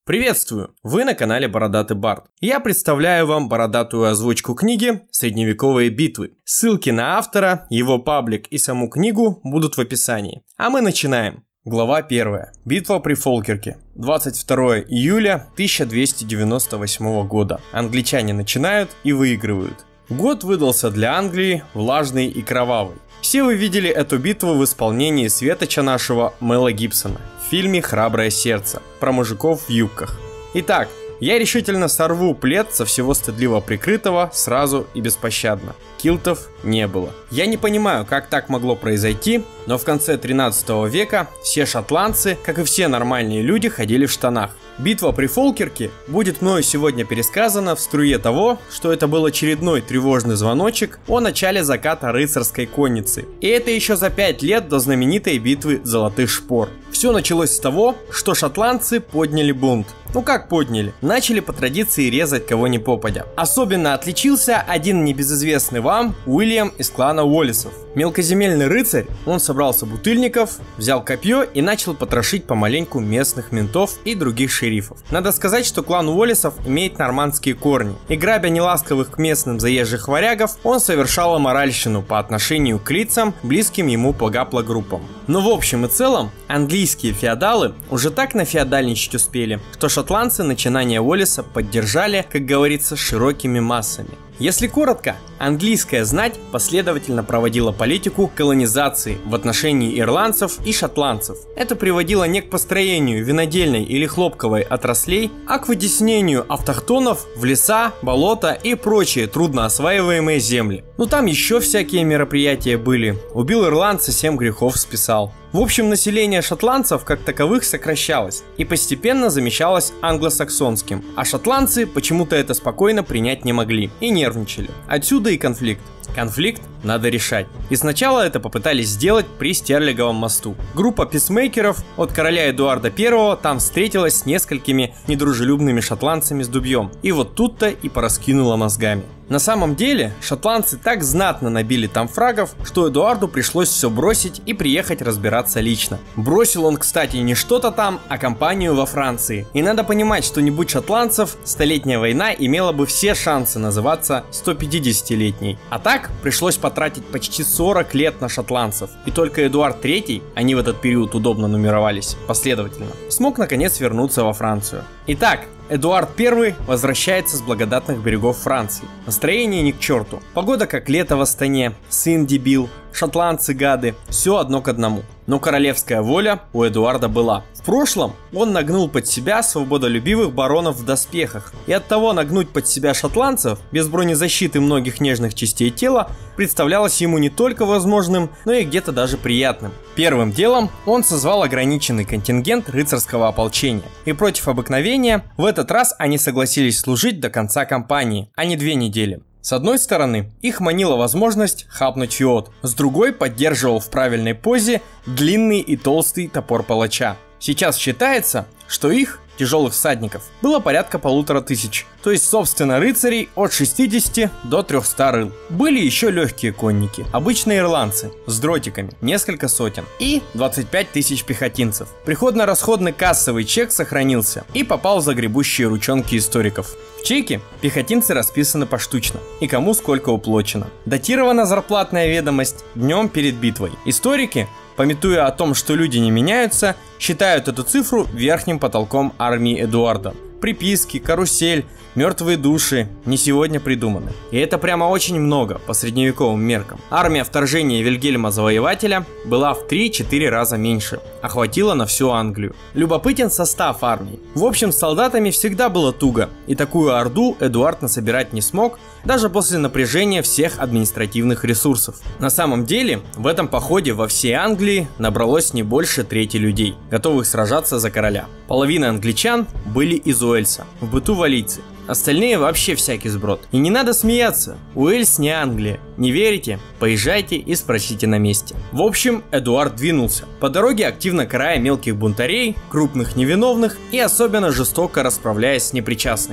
Приветствую! Вы на канале Бородатый Бард. Я представляю вам бородатую озвучку книги «Средневековые битвы». Ссылки на автора, его паблик и саму книгу будут в описании. А мы начинаем. Глава 1. Битва при Фолкерке. 22 июля 1298 года. Англичане начинают и выигрывают. Год выдался для Англии влажный и кровавый. Все вы видели эту битву в исполнении светоча нашего Мэла Гибсона в фильме «Храброе сердце» про мужиков в юбках. Итак, я решительно сорву плед со всего стыдливо прикрытого сразу и беспощадно. Килтов не было. Я не понимаю, как так могло произойти, но в конце 13 века все шотландцы, как и все нормальные люди, ходили в штанах. Битва при Фолкерке будет мною сегодня пересказана в струе того, что это был очередной тревожный звоночек о начале заката рыцарской конницы. И это еще за 5 лет до знаменитой битвы Золотых Шпор. Все началось с того, что шотландцы подняли бунт. Ну как подняли? Начали по традиции резать кого ни попадя. Особенно отличился один небезызвестный вам Уильям из клана Уоллесов. Мелкоземельный рыцарь, он собрал собутыльников, взял копье и начал потрошить помаленьку местных ментов и других шерифов. Надо сказать, что клан Уоллесов имеет нормандские корни, и грабя неласковых к местным заезжих варягов, он совершал аморальщину по отношению к лицам, близким ему по гаплогруппам. Но в общем и целом, английские феодалы уже так нафеодальничать успели, что шотландцы начинание Уоллеса поддержали, как говорится, широкими массами. Если коротко, английская знать последовательно проводила политику колонизации в отношении ирландцев и шотландцев. Это приводило не к построению винодельной или хлопковой отраслей, а к вытеснению автохтонов в леса, болота и прочие трудноосваиваемые земли. Ну там еще всякие мероприятия были. Убил ирландца, 7 грехов списал. В общем, население шотландцев как таковых сокращалось и постепенно замещалось англосаксонским, а шотландцы почему-то это спокойно принять не могли и нервничали. Отсюда и конфликт. Конфликт надо решать. И сначала это попытались сделать при Стерлиговом мосту. Группа писмейкеров от короля Эдуарда I там встретилась с несколькими недружелюбными шотландцами с дубьем. И вот тут-то и пораскинула мозгами. На самом деле, шотландцы так знатно набили там фрагов, что Эдуарду пришлось все бросить и приехать разбираться лично. Бросил он, кстати, не что-то там, а кампанию во Франции. И надо понимать, что не будь шотландцев, Столетняя война имела бы все шансы называться 150-летней. А так, пришлось потратить почти 40 лет на шотландцев. И только Эдуард III, они в этот период удобно нумеровались последовательно, смог наконец вернуться во Францию. Итак, Эдуард I возвращается с благодатных берегов Франции. Настроение ни к черту. Погода как лето в Астане, сын дебил, шотландцы гады, все одно к одному. Но королевская воля у Эдуарда была. В прошлом он нагнул под себя свободолюбивых баронов в доспехах. И оттого нагнуть под себя шотландцев без бронезащиты многих нежных частей тела представлялось ему не только возможным, но и где-то даже приятным. Первым делом он созвал ограниченный контингент рыцарского ополчения. И против обыкновения в этот раз они согласились служить до конца кампании, а не 2 недели. С одной стороны, их манила возможность хапнуть феод, с другой поддерживал в правильной позе длинный и толстый топор палача. Сейчас считается, что их, тяжелых всадников, было порядка 1500, то есть собственно рыцарей от 60 до 300 рыл. Были еще легкие конники, обычные ирландцы, с дротиками, несколько сотен, и 25 тысяч пехотинцев. Приходно-расходный кассовый чек сохранился и попал в загребущие ручонки историков. В чеке пехотинцы расписаны поштучно и кому сколько уплочено. Датирована зарплатная ведомость днем перед битвой. Историки, памятуя о том, что люди не меняются, считают эту цифру верхним потолком армии Эдуарда. Приписки, карусель, мертвые души не сегодня придуманы. И это прямо очень много по средневековым меркам. Армия вторжения Вильгельма Завоевателя была в 3-4 раза меньше, охватила на всю Англию. Любопытен состав армии. В общем, с солдатами всегда было туго, и такую орду Эдуард насобирать не смог, даже после напряжения всех административных ресурсов. На самом деле, в этом походе во всей Англии набралось не больше трети людей, готовых сражаться за короля. Половина англичан были из Уэльса, в быту валлийцы. Остальные вообще всякий сброд. И не надо смеяться, Уэльс не Англия. Не верите? Поезжайте и спросите на месте. В общем, Эдуард двинулся. По дороге активно карая мелких бунтарей, крупных невиновных и особенно жестоко расправляясь с непричастными.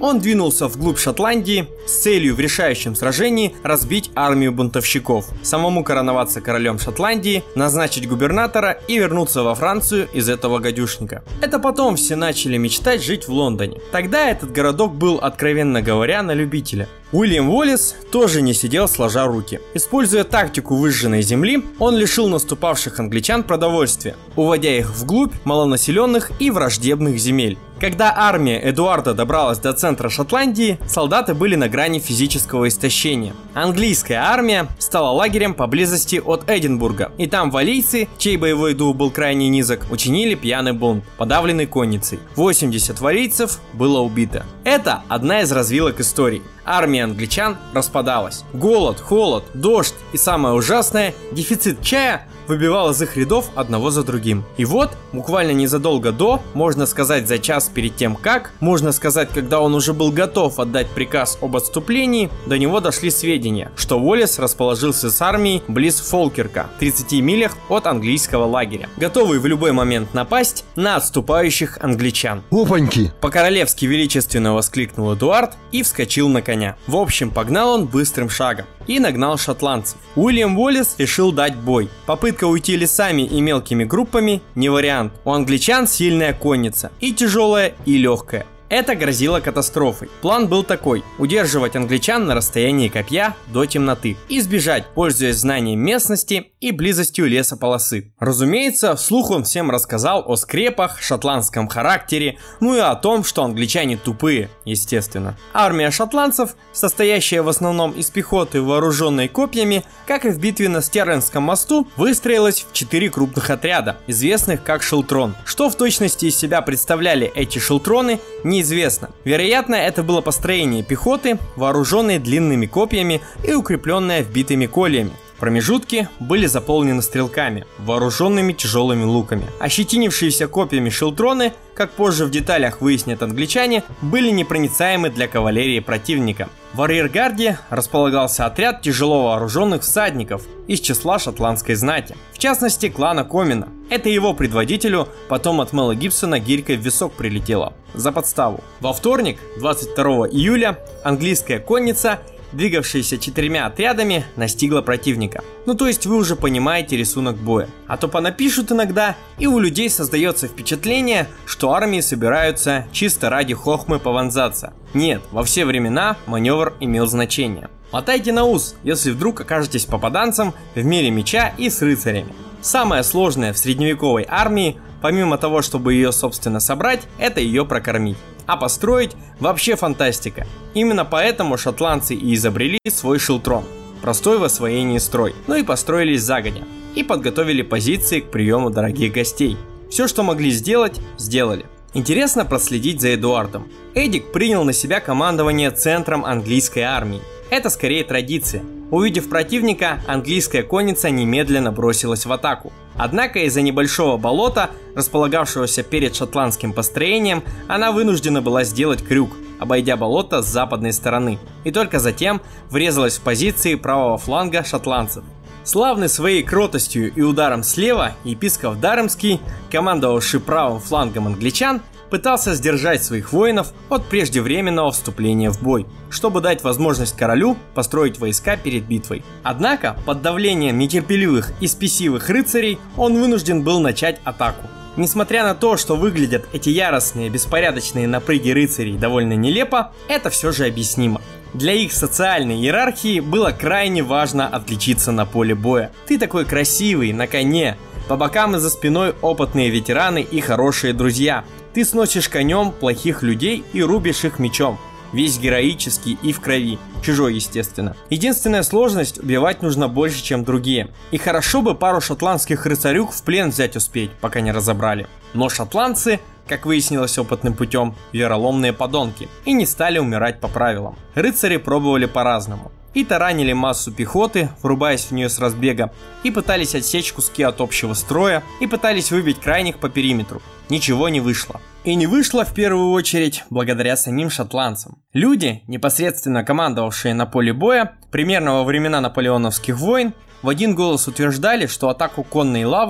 Он двинулся вглубь Шотландии с целью в решающем сражении разбить армию бунтовщиков, самому короноваться королем Шотландии, назначить губернатора и вернуться во Францию из этого гадюшника. Это потом все начали мечтать жить в Лондоне. Тогда этот городок был, откровенно говоря, на любителя. Уильям Уоллес тоже не сидел сложа руки. Используя тактику выжженной земли, он лишил наступавших англичан продовольствия, уводя их вглубь малонаселенных и враждебных земель. Когда армия Эдуарда добралась до центра Шотландии, солдаты были на грани физического истощения. Английская армия стала лагерем поблизости от Эдинбурга, и там валлийцы, чей боевой дух был крайне низок, учинили пьяный бунт, подавленный конницей. 80 валлийцев было убито. Это одна из развилок истории. Армия англичан распадалась. Голод, холод, дождь и самое ужасное – дефицит чая выбивал из их рядов одного за другим. И вот, буквально незадолго до, можно сказать за час перед тем как, можно сказать, когда он уже был готов отдать приказ об отступлении, до него дошли сведения, что Уоллес расположился с армией близ Фолкерка, 30 милях от английского лагеря, готовый в любой момент напасть на отступающих англичан. Опаньки! По-королевски величественно воскликнул Эдуард и вскочил на коня. В общем, погнал он быстрым шагом и нагнал шотландцев. Уильям Уоллес решил дать бой. Попытка уйти лесами и мелкими группами не вариант. У англичан сильная конница, и тяжелая, и легкая. Это грозило катастрофой. План был такой: удерживать англичан на расстоянии копья до темноты и сбежать, пользуясь знанием местности и близостью лесополосы. Разумеется, вслух он всем рассказал о скрепах, шотландском характере, ну и о том, что англичане тупые, естественно. Армия шотландцев, состоящая в основном из пехоты, вооруженной копьями, как и в битве на Стерлингском мосту, выстроилась в 4 крупных отряда, известных как шелтрон. Что в точности из себя представляли эти шелтроны, неизвестно. Вероятно, это было построение пехоты, вооруженной длинными копьями и укрепленная вбитыми кольями. Промежутки были заполнены стрелками, вооруженными тяжелыми луками. Ощетинившиеся копьями шелтроны, как позже в деталях выяснят англичане, были непроницаемы для кавалерии противника. В арьергарде располагался отряд тяжело вооруженных всадников из числа шотландской знати, в частности клана Комина. Это его предводителю потом от Мэла Гибсона гирькой в висок прилетело за подставу. Во вторник, 22 июля, английская конница, двигавшаяся 4 отрядами, настигла противника. Ну то есть вы уже понимаете рисунок боя. А то понапишут иногда, и у людей создается впечатление, что армии собираются чисто ради хохмы повонзаться. Нет, во все времена маневр имел значение. Мотайте на ус, если вдруг окажетесь попаданцем в мире меча и с рыцарями. Самое сложное в средневековой армии, помимо того, чтобы ее собственно собрать, это ее прокормить. А построить вообще фантастика. Именно поэтому шотландцы и изобрели свой шелтрон. Простой в освоении строй. Ну и построились загодя. И подготовили позиции к приему дорогих гостей. Все, что могли сделать, сделали. Интересно проследить за Эдуардом. Эдик принял на себя командование центром английской армии. Это скорее традиция. Увидев противника, английская конница немедленно бросилась в атаку. Однако из-за небольшого болота, располагавшегося перед шотландским построением, она вынуждена была сделать крюк, обойдя болото с западной стороны, и только затем врезалась в позиции правого фланга шотландцев. Славный своей кротостью и ударом слева, епископ Даремский, командовавший правым флангом англичан, пытался сдержать своих воинов от преждевременного вступления в бой, чтобы дать возможность королю построить войска перед битвой. Однако, под давлением нетерпеливых и спесивых рыцарей, он вынужден был начать атаку. Несмотря на то, что выглядят эти яростные, беспорядочные напрыги рыцарей довольно нелепо, это все же объяснимо. Для их социальной иерархии было крайне важно отличиться на поле боя. Ты такой красивый, на коне, по бокам и за спиной опытные ветераны и хорошие друзья. Ты сносишь конем плохих людей и рубишь их мечом. Весь героический и в крови. Чужой, естественно. Единственная сложность — убивать нужно больше, чем другие. И хорошо бы пару шотландских рыцарюк в плен взять успеть, пока не разобрали. Но шотландцы, как выяснилось опытным путем, вероломные подонки и не стали умирать по правилам. Рыцари пробовали по-разному. И таранили массу пехоты, врубаясь в нее с разбега, и пытались отсечь куски от общего строя, и пытались выбить крайних по периметру. Ничего не вышло. И не вышло в первую очередь благодаря самим шотландцам. Люди, непосредственно командовавшие на поле боя, примерно во времена наполеоновских войн, в один голос утверждали, что атаку конной лавы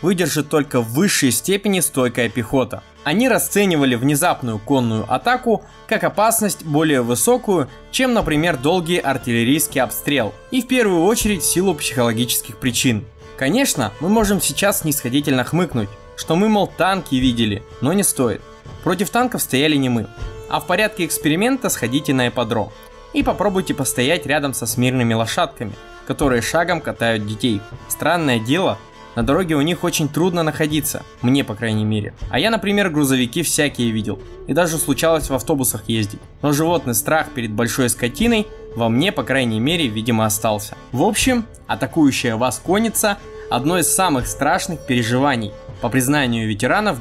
выдержит только в высшей степени стойкая пехота. Они расценивали внезапную конную атаку как опасность более высокую, чем, например, долгий артиллерийский обстрел, и в первую очередь в силу психологических причин. Конечно, мы можем сейчас снисходительно хмыкнуть, что мы, мол, танки видели, но не стоит. Против танков стояли не мы. А в порядке эксперимента сходите на ипподром и попробуйте постоять рядом со смирными лошадками, которые шагом катают детей. Странное дело, на дороге у них очень трудно находиться, мне по крайней мере. А я, например, грузовики всякие видел, и даже случалось в автобусах ездить. Но животный страх перед большой скотиной во мне, по крайней мере, видимо, остался. В общем, атакующая вас конница – одно из самых страшных переживаний, по признанию ветеранов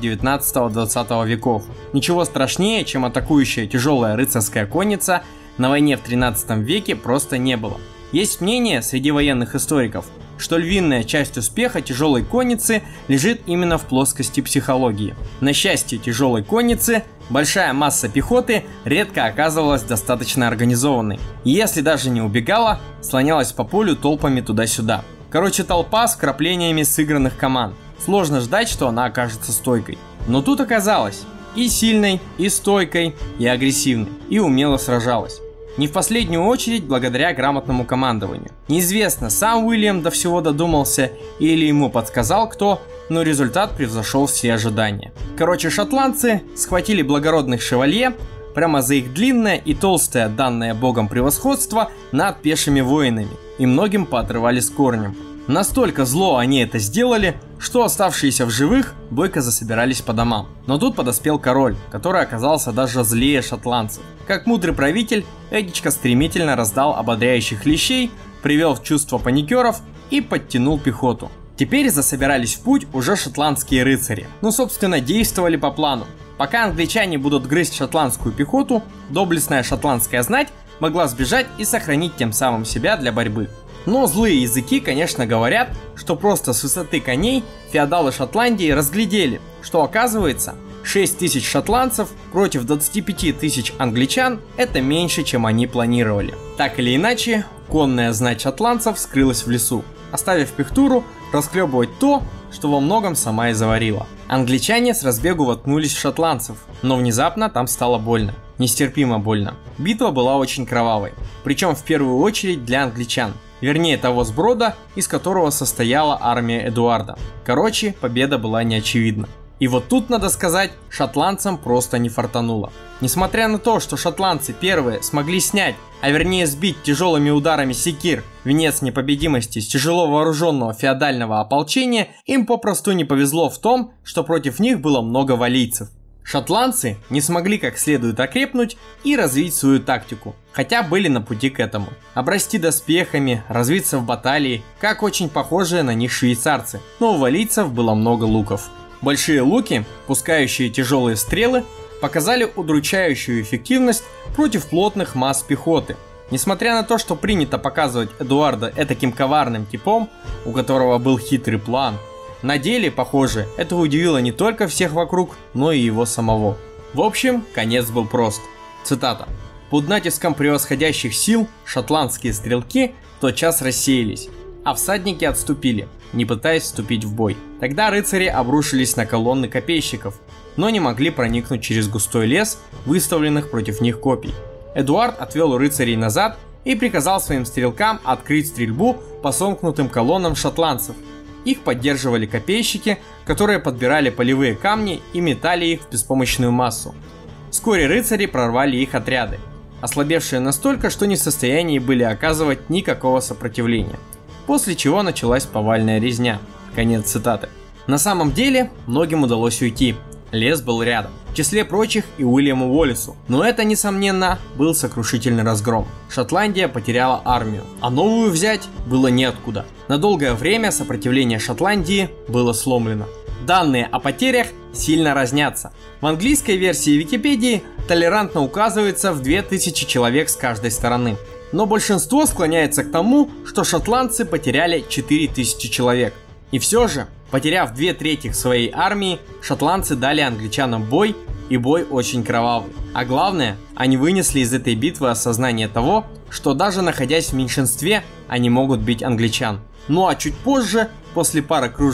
19-20 веков. Ничего страшнее, чем атакующая тяжелая рыцарская конница на войне в 13 веке просто не было. Есть мнение среди военных историков, что львиная часть успеха тяжелой конницы лежит именно в плоскости психологии. На счастье тяжелой конницы, большая масса пехоты редко оказывалась достаточно организованной. И если даже не убегала, слонялась по полю толпами туда-сюда. Короче, толпа с вкраплениями сыгранных команд. Сложно ждать, что она окажется стойкой. Но тут оказалось и сильной, и стойкой, и агрессивной, и умело сражалась. Не в последнюю очередь благодаря грамотному командованию. Неизвестно, сам Уильям до всего додумался или ему подсказал кто, но результат превзошел все ожидания. Короче, шотландцы схватили благородных шевалье прямо за их длинное и толстое данное богом превосходство над пешими воинами, и многим поотрывали с корнем. Настолько зло они это сделали, что оставшиеся в живых бойко засобирались по домам. Но тут подоспел король, который оказался даже злее шотландцев. Как мудрый правитель, Эдичка стремительно раздал ободряющих лещей, привел в чувство паникеров и подтянул пехоту. Теперь засобирались в путь уже шотландские рыцари. Ну, собственно, действовали по плану. Пока англичане будут грызть шотландскую пехоту, доблестная шотландская знать могла сбежать и сохранить тем самым себя для борьбы. Но злые языки, конечно, говорят, что просто с высоты коней феодалы Шотландии разглядели, что оказывается 6 тысяч шотландцев против 25 тысяч англичан – это меньше, чем они планировали. Так или иначе, конная знать шотландцев скрылась в лесу, оставив пехтуру расхлебывать то, что во многом сама и заварила. Англичане с разбегу воткнулись в шотландцев, но внезапно там стало больно. Нестерпимо больно. Битва была очень кровавой, причем в первую очередь для англичан. Вернее, того сброда, из которого состояла армия Эдуарда. Короче, победа была неочевидна. И вот тут, надо сказать, шотландцам просто не фартануло. Несмотря на то, что шотландцы первые смогли снять, а вернее сбить тяжелыми ударами секир венец непобедимости с тяжело вооруженного феодального ополчения, им попросту не повезло в том, что против них было много валлийцев. Шотландцы не смогли как следует окрепнуть и развить свою тактику, хотя были на пути к этому. Обрасти доспехами, развиться в баталии, как очень похожие на них швейцарцы, но у валлийцев было много луков. Большие луки, пускающие тяжелые стрелы, показали удручающую эффективность против плотных масс пехоты. Несмотря на то, что принято показывать Эдуарда этаким коварным типом, у которого был хитрый план, на деле, похоже, это удивило не только всех вокруг, но и его самого. В общем, конец был прост. Цитата. «Под натиском превосходящих сил шотландские стрелки тотчас рассеялись, а всадники отступили, не пытаясь вступить в бой. Тогда рыцари обрушились на колонны копейщиков, но не могли проникнуть через густой лес, выставленных против них копий. Эдуард отвел рыцарей назад и приказал своим стрелкам открыть стрельбу по сомкнутым колоннам шотландцев. Их поддерживали копейщики, которые подбирали полевые камни и метали их в беспомощную массу. Вскоре рыцари прорвали их отряды, ослабевшие настолько, что не в состоянии были оказывать никакого сопротивления. После чего началась повальная резня». Конец цитаты. На самом деле, многим удалось уйти. Лес был рядом. В числе прочих и Уильяму Уоллесу. Но это, несомненно, был сокрушительный разгром. Шотландия потеряла армию, а новую взять было неоткуда. На долгое время сопротивление Шотландии было сломлено. Данные о потерях сильно разнятся. В английской версии Википедии толерантно указывается в 2000 человек с каждой стороны. Но большинство склоняется к тому, что шотландцы потеряли 4000 человек. И все же, потеряв 2/3 своей армии, шотландцы дали англичанам бой, и бой очень кровавый. А главное, они вынесли из этой битвы осознание того, что даже находясь в меньшинстве, они могут бить англичан. Ну а чуть позже, после пары кружек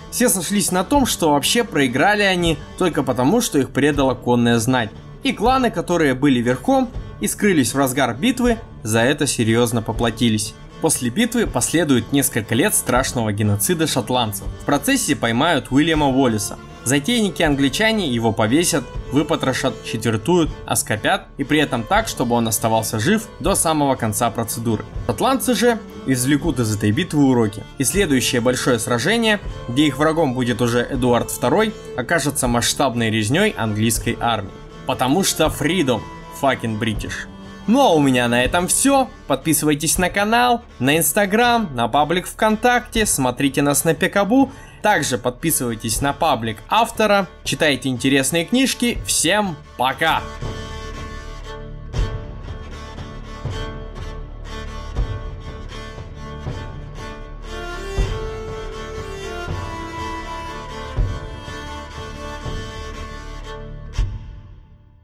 Все сошлись на том, что вообще проиграли они только потому, что их предала конная знать. И кланы, которые были верхом и скрылись в разгар битвы, за это серьезно поплатились. После битвы последует несколько лет страшного геноцида шотландцев. В процессе поймают Уильяма Уоллеса. Затейники-англичане его повесят, выпотрошат, четвертуют, оскопят, и при этом так, чтобы он оставался жив до самого конца процедуры. Шотландцы же извлекут из этой битвы уроки. И следующее большое сражение, где их врагом будет уже Эдуард II, окажется масштабной резней английской армии. Потому что freedom, fucking British. Ну а у меня на этом все. Подписывайтесь на канал, на Инстаграм, на паблик ВКонтакте, смотрите нас на Пикабу. Также подписывайтесь на паблик автора, читайте интересные книжки. Всем пока!